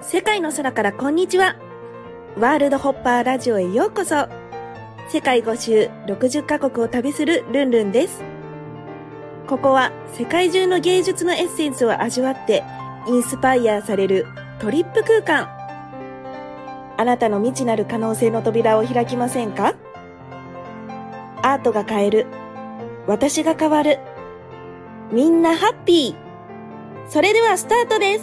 世界の空からこんにちは。ワールドホッパーラジオへようこそ。世界5周60カ国を旅するルンルンです。ここは世界中の芸術のエッセンスを味わってインスパイアされるトリップ空間。あなたの未知なる可能性の扉を開きませんか？アートが変える。私が変わる。みんなハッピー。それではスタートです。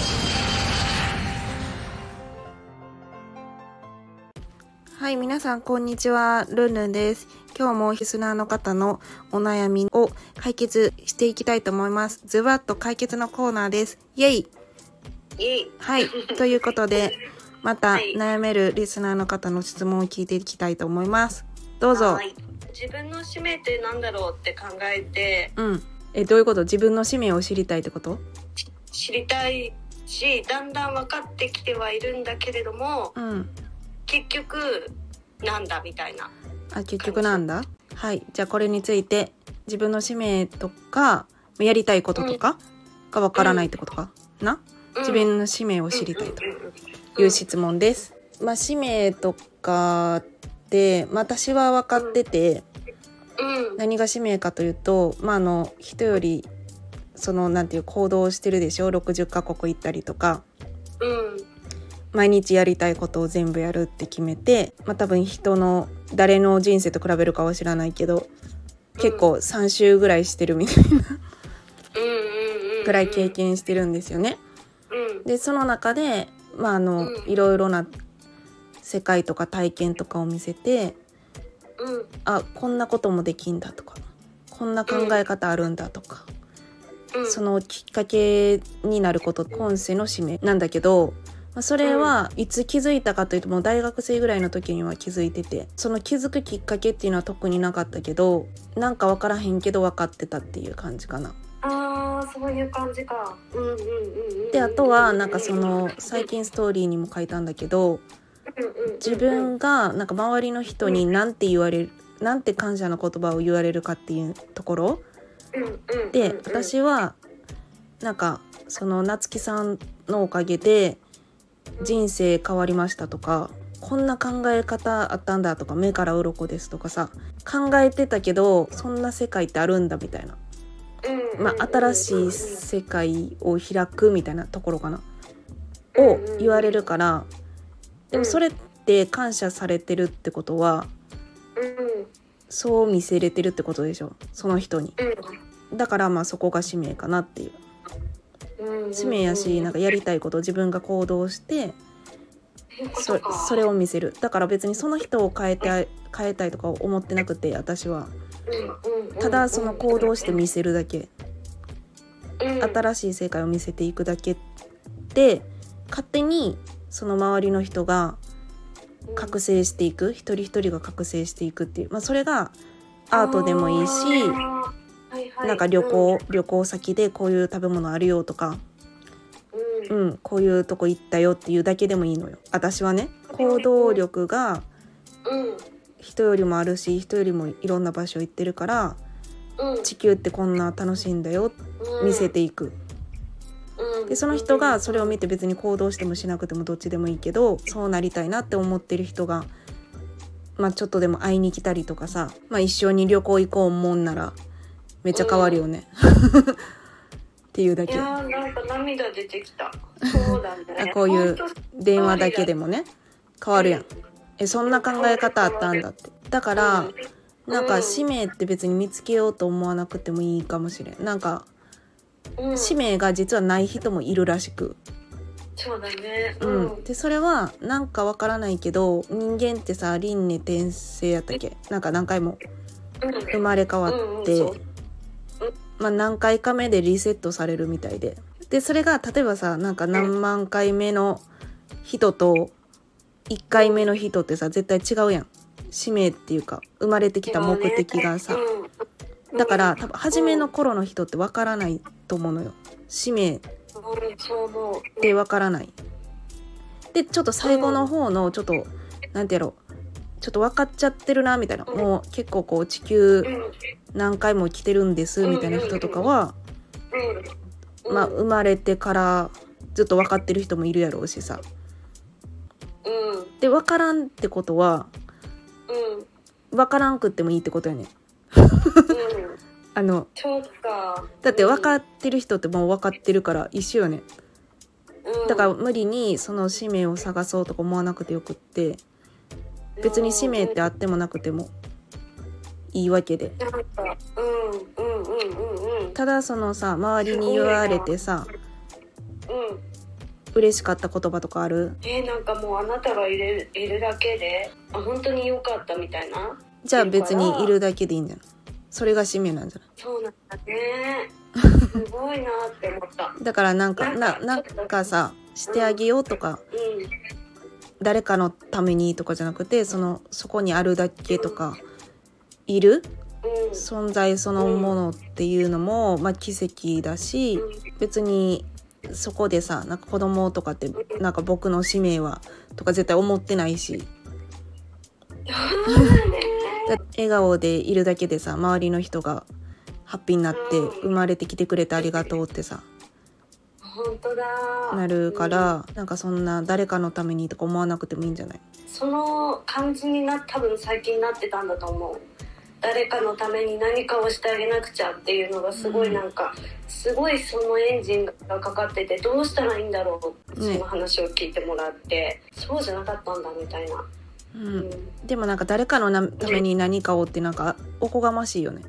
はい、皆さんこんにちは。ルンルンです。今日もリスナーの方のお悩みを解決していきたいと思います。ズバッと解決のコーナーです。イェイ。はい、ということでまた悩めるリスナーの方の質問を聞いていきたいと思います。どうぞ。 はい、自分の使命って何だろうって考えて、 どういうこと？自分の使命を知りたいってこと？ 知りたいし、だんだん分かってきてはいるんだけれども、結局なんだみたいな。 結局なんだ。はい、じゃあこれについて自分の使命とかやりたいこととかが分からないってことかな。自分の使命を知りたいという質問です。使命とかって私は分かってて、何が使命かというと、人よりなんていう行動をしてるでしょ。60カ国行ったりとか、毎日やりたいことを全部やるって決めて、多分誰の人生と比べるかは知らないけど、結構3週ぐらいしてるみたいなぐらい経験してるんですよね。でその中で、いろいろな世界とか体験とかを見せて、こんなこともできんだとか、こんな考え方あるんだとか、そのきっかけになること、今世の使命なんだけど、それはいつ気づいたかというと、もう大学生ぐらいの時には気づいてて、その気づくきっかけっていうのは特になかったけど、なんか分からへんけど分かってたっていう感じかな。 そういう感じか。 であとは最近ストーリーにも書いたんだけど、自分が周りの人になんて感謝の言葉を言われるかっていうところで、私は夏希さんのおかげで人生変わりましたとか、こんな考え方あったんだとか、目から鱗ですとかさ、考えてたけどそんな世界ってあるんだみたいな、新しい世界を開くみたいなところかなを言われるから。でもそれって感謝されてるってことは、そう見せれてるってことでしょ、その人に。だからそこが使命かなっていう。使命やし、やりたいことを自分が行動してそれを見せる。だから別にその人を変えたいとか思ってなくて、私はただその行動して見せるだけ、新しい世界を見せていくだけで、勝手にその周りの人が覚醒していく、一人一人が覚醒していくっていう、それがアートでもいいし、旅行先でこういう食べ物あるよとか、こういうとこ行ったよっていうだけでもいいのよ。私はね、行動力が人よりもあるし、人よりもいろんな場所行ってるから、地球ってこんな楽しいんだよ見せていく。でその人がそれを見て別に行動してもしなくてもどっちでもいいけど、そうなりたいなって思ってる人がちょっとでも会いに来たりとかさ、一緒に旅行行こうもんならめっちゃ変わるよね、っていうだけ。 いや涙出てきた。そうだねこういう電話だけでもね変わるやん。そんな考え方あったんだって。だから使命って別に見つけようと思わなくてもいいかもしれん。使命が実はない人もいるらしく。 そうだね。 でそれはわからないけど、人間ってさ、輪廻転生やったっけ、何回も生まれ変わって、何回か目でリセットされるみたいで、それが例えばさ、何万回目の人と1回目の人ってさ、絶対違うやん。使命っていうか生まれてきた目的がさ、だから多分初めの頃の人ってわからないと思うのよ。使命ってわからない。でちょっと最後の方のちょっとなんてやろう、ちょっと分かっちゃってるなみたいな、もう結構地球何回も来てるんですみたいな人とかは、生まれてからずっと分かってる人もいるやろうしさ。 うんで分からんってことは、分からんくってもいいってことやねん。 そうか。 だって分かってる人ってもう分かってるから一緒よね。だから無理にその使命を探そうとか思わなくてよくって、別に使命ってあってもなくてもいいわけで。ただそのさ、周りに言われてさ、嬉しかった言葉とかある？ なんかもうあなたがいるだけで本当に良かったみたいな。 じゃあ別にいるだけでいいんじゃない？それが使命なんじゃない？ そうなんだね。すごいなって思った。 だからなんかさ、してあげようとか、誰かのためにとかじゃなくて、そこにあるだけとか、いる存在そのものっていうのも、奇跡だし、別にそこでさ、なんか子供とかってなんか僕の使命はとか絶対思ってないし、笑顔でいるだけでさ、周りの人がハッピーになって生まれてきてくれてありがとうってさ、 本当だなるから、なんかそんな誰かのためにとか思わなくてもいいんじゃない？ その感じに多分最近なってたんだと思う。誰かのために何かをしてあげなくちゃっていうのがすごいなんか、すごいそのエンジンがかかってて、どうしたらいいんだろう、その話を聞いてもらって、そうじゃなかったんだみたいな。 でもなんか誰かのために何かをってなんかおこがましいよね。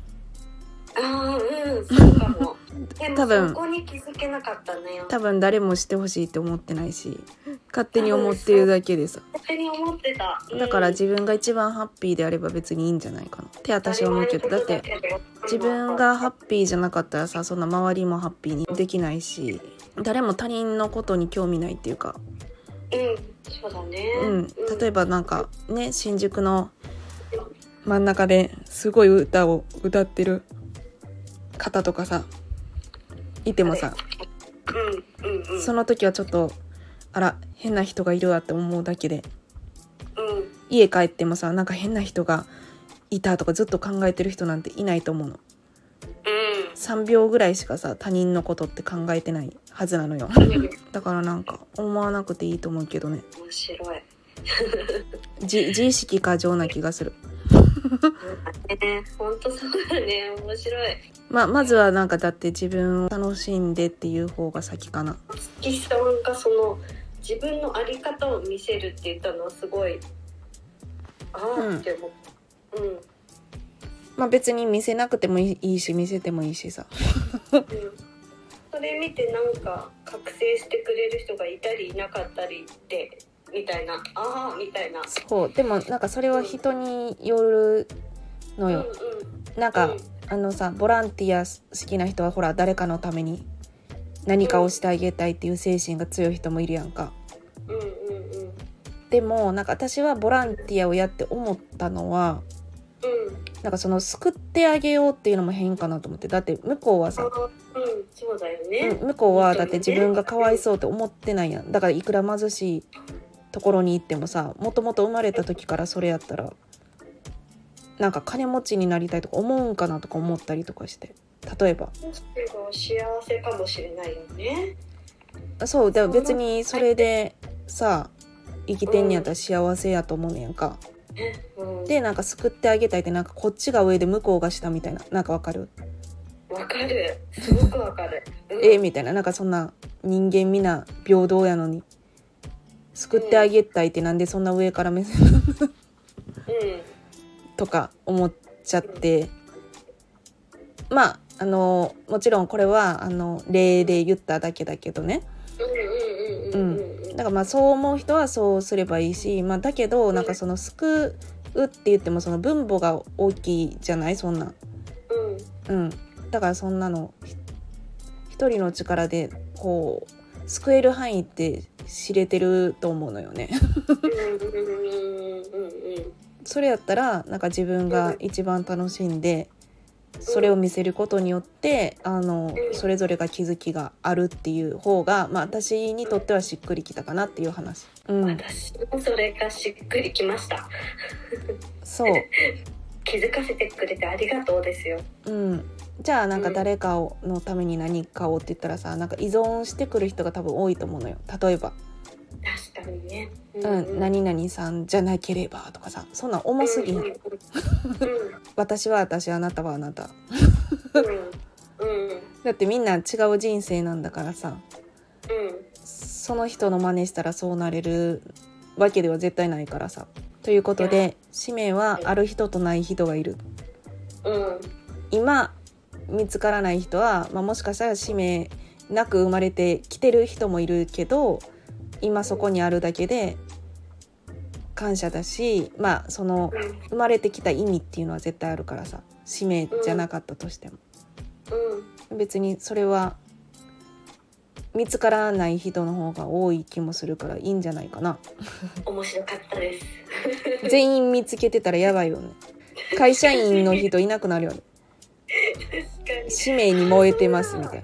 そうかも。でもそこに気づけなかったね。 多分誰もしてほしいって思ってないし、勝手に思ってるだけでさ。 勝手に思ってた。 だから自分が一番ハッピーであれば別にいいんじゃないかなって私は思うけど、だって自分がハッピーじゃなかったらさ、そんな周りもハッピーにできないし、誰も他人のことに興味ないっていうか。 そうだね。 例えばなんかね、新宿の真ん中ですごい歌を歌ってる方とかさいてもさ、その時はちょっとあら変な人がいるわって思うだけで、家帰ってもさ、なんか変な人がいたとかずっと考えてる人なんていないと思うの。3秒ぐらいしかさ他人のことって考えてないはずなのよ。だからなんか思わなくていいと思うけどね。 面白い。 自意識過剰な気がする。 本当そうだね。面白い。 まずはなんかだって自分を楽しんでっていう方が先かな。 月さんがその自分の在り方を見せるって言ったのはすごいって思った。 別に見せなくてもいいし見せてもいいしさ。 それ見てなんか覚醒してくれる人がいたりいなかったりってみたいな、みたいな。 そうでもなんかそれは人によるのよ。なんかさ、ボランティア好きな人はほら誰かのために何かをしてあげたいっていう精神が強い人もいるやんか。でもなんか私はボランティアをやって思ったのは、なんかその救ってあげようっていうのも変かなと思って。だって向こうはさ、 そうだよね。 向こうはだって自分がかわいそうって思ってないやん。だからいくら貧しいところに行ってもさ、もともと生まれた時からそれやったらなんか金持ちになりたいとか思うんかなとか思ったりとかして、例えば幸せかもしれないよね。 そうだから別にそれでさ生きてんにやったら幸せやと思うねやんか。でなんか救ってあげたいって、なんかこっちが上で向こうが下みたいな、なんかわかる？ わかる、すごくわかる。 みたいな、なんかそんな人間みんな平等やのに救ってあげたいってなんでそんな上から目線とか思っちゃって、もちろんこれは例で言っただけだけどね。だからそう思う人はそうすればいいし、だけどなんかその救うって言ってもその分母が大きいじゃない、そんな。だからそんなの一人の力でこう救える範囲って知れてると思うのよね。それやったらなんか自分が一番楽しんでそれを見せることによってそれぞれが気づきがあるっていう方が、私にとってはしっくりきたかなっていう話。 私もそれがしっくりきました。 そう気づかせてくれてありがとうですよ。 じゃあなんか誰かのために何かをって言ったらさ、なんか依存してくる人が多分多いと思うのよ。例えば確かにね、 何々さんじゃなければとかさ、そんなん重すぎん、私は私、あなたはあなただってみんな違う人生なんだからさ、その人の真似したらそうなれるわけでは絶対ないからさ。ということで、使命はある人とない人がいる。今見つからない人は、もしかしたら使命なく生まれてきてる人もいるけど、今そこにあるだけで感謝だし、その生まれてきた意味っていうのは絶対あるからさ、使命じゃなかったとしても、別にそれは見つからない人の方が多い気もするからいいんじゃないかな。 面白かったです全員見つけてたらやばいよね。会社員の人いなくなるよね。使命に燃えてますみたいな。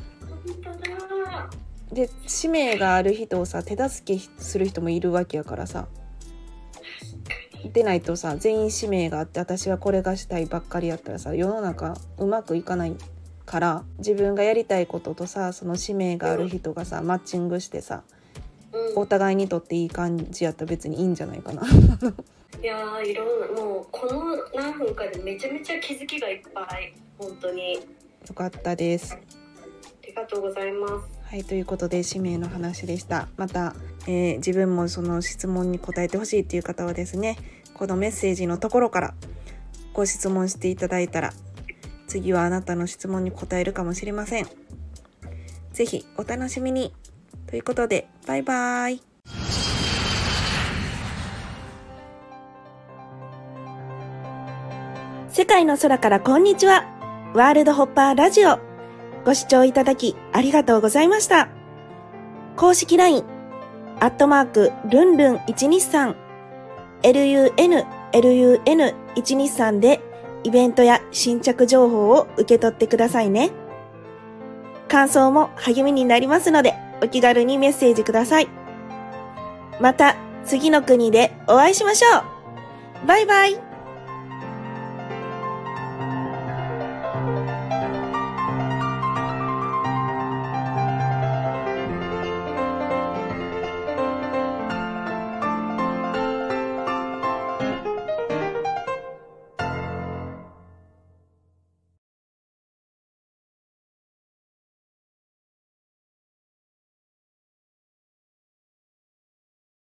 で、使命がある人をさ、手助けする人もいるわけやからさ。でないとさ、全員使命があって私はこれがしたいばっかりやったらさ、世の中うまくいかないから、自分がやりたいこととさ、その使命がある人がさ、マッチングしてさ、お互いにとっていい感じやったら別にいいんじゃないかな。 いやー、いろんな、もうこの何分かでめちゃめちゃ気づきがいっぱい、本当によかったです。 ありがとうございます。 はい、ということで使命の話でした。また、自分もその質問に答えてほしいっていう方はですね、このメッセージのところからご質問していただいたら、次はあなたの質問に答えるかもしれません。ぜひお楽しみに。ということで、バイバイ。世界の空からこんにちは。ワールドホッパーラジオ。ご視聴いただきありがとうございました。公式 LINE、ルンルン123、LUN123 でイベントや新着情報を受け取ってくださいね。感想も励みになりますので、お気軽にメッセージください。また次の国でお会いしましょう。バイバイ。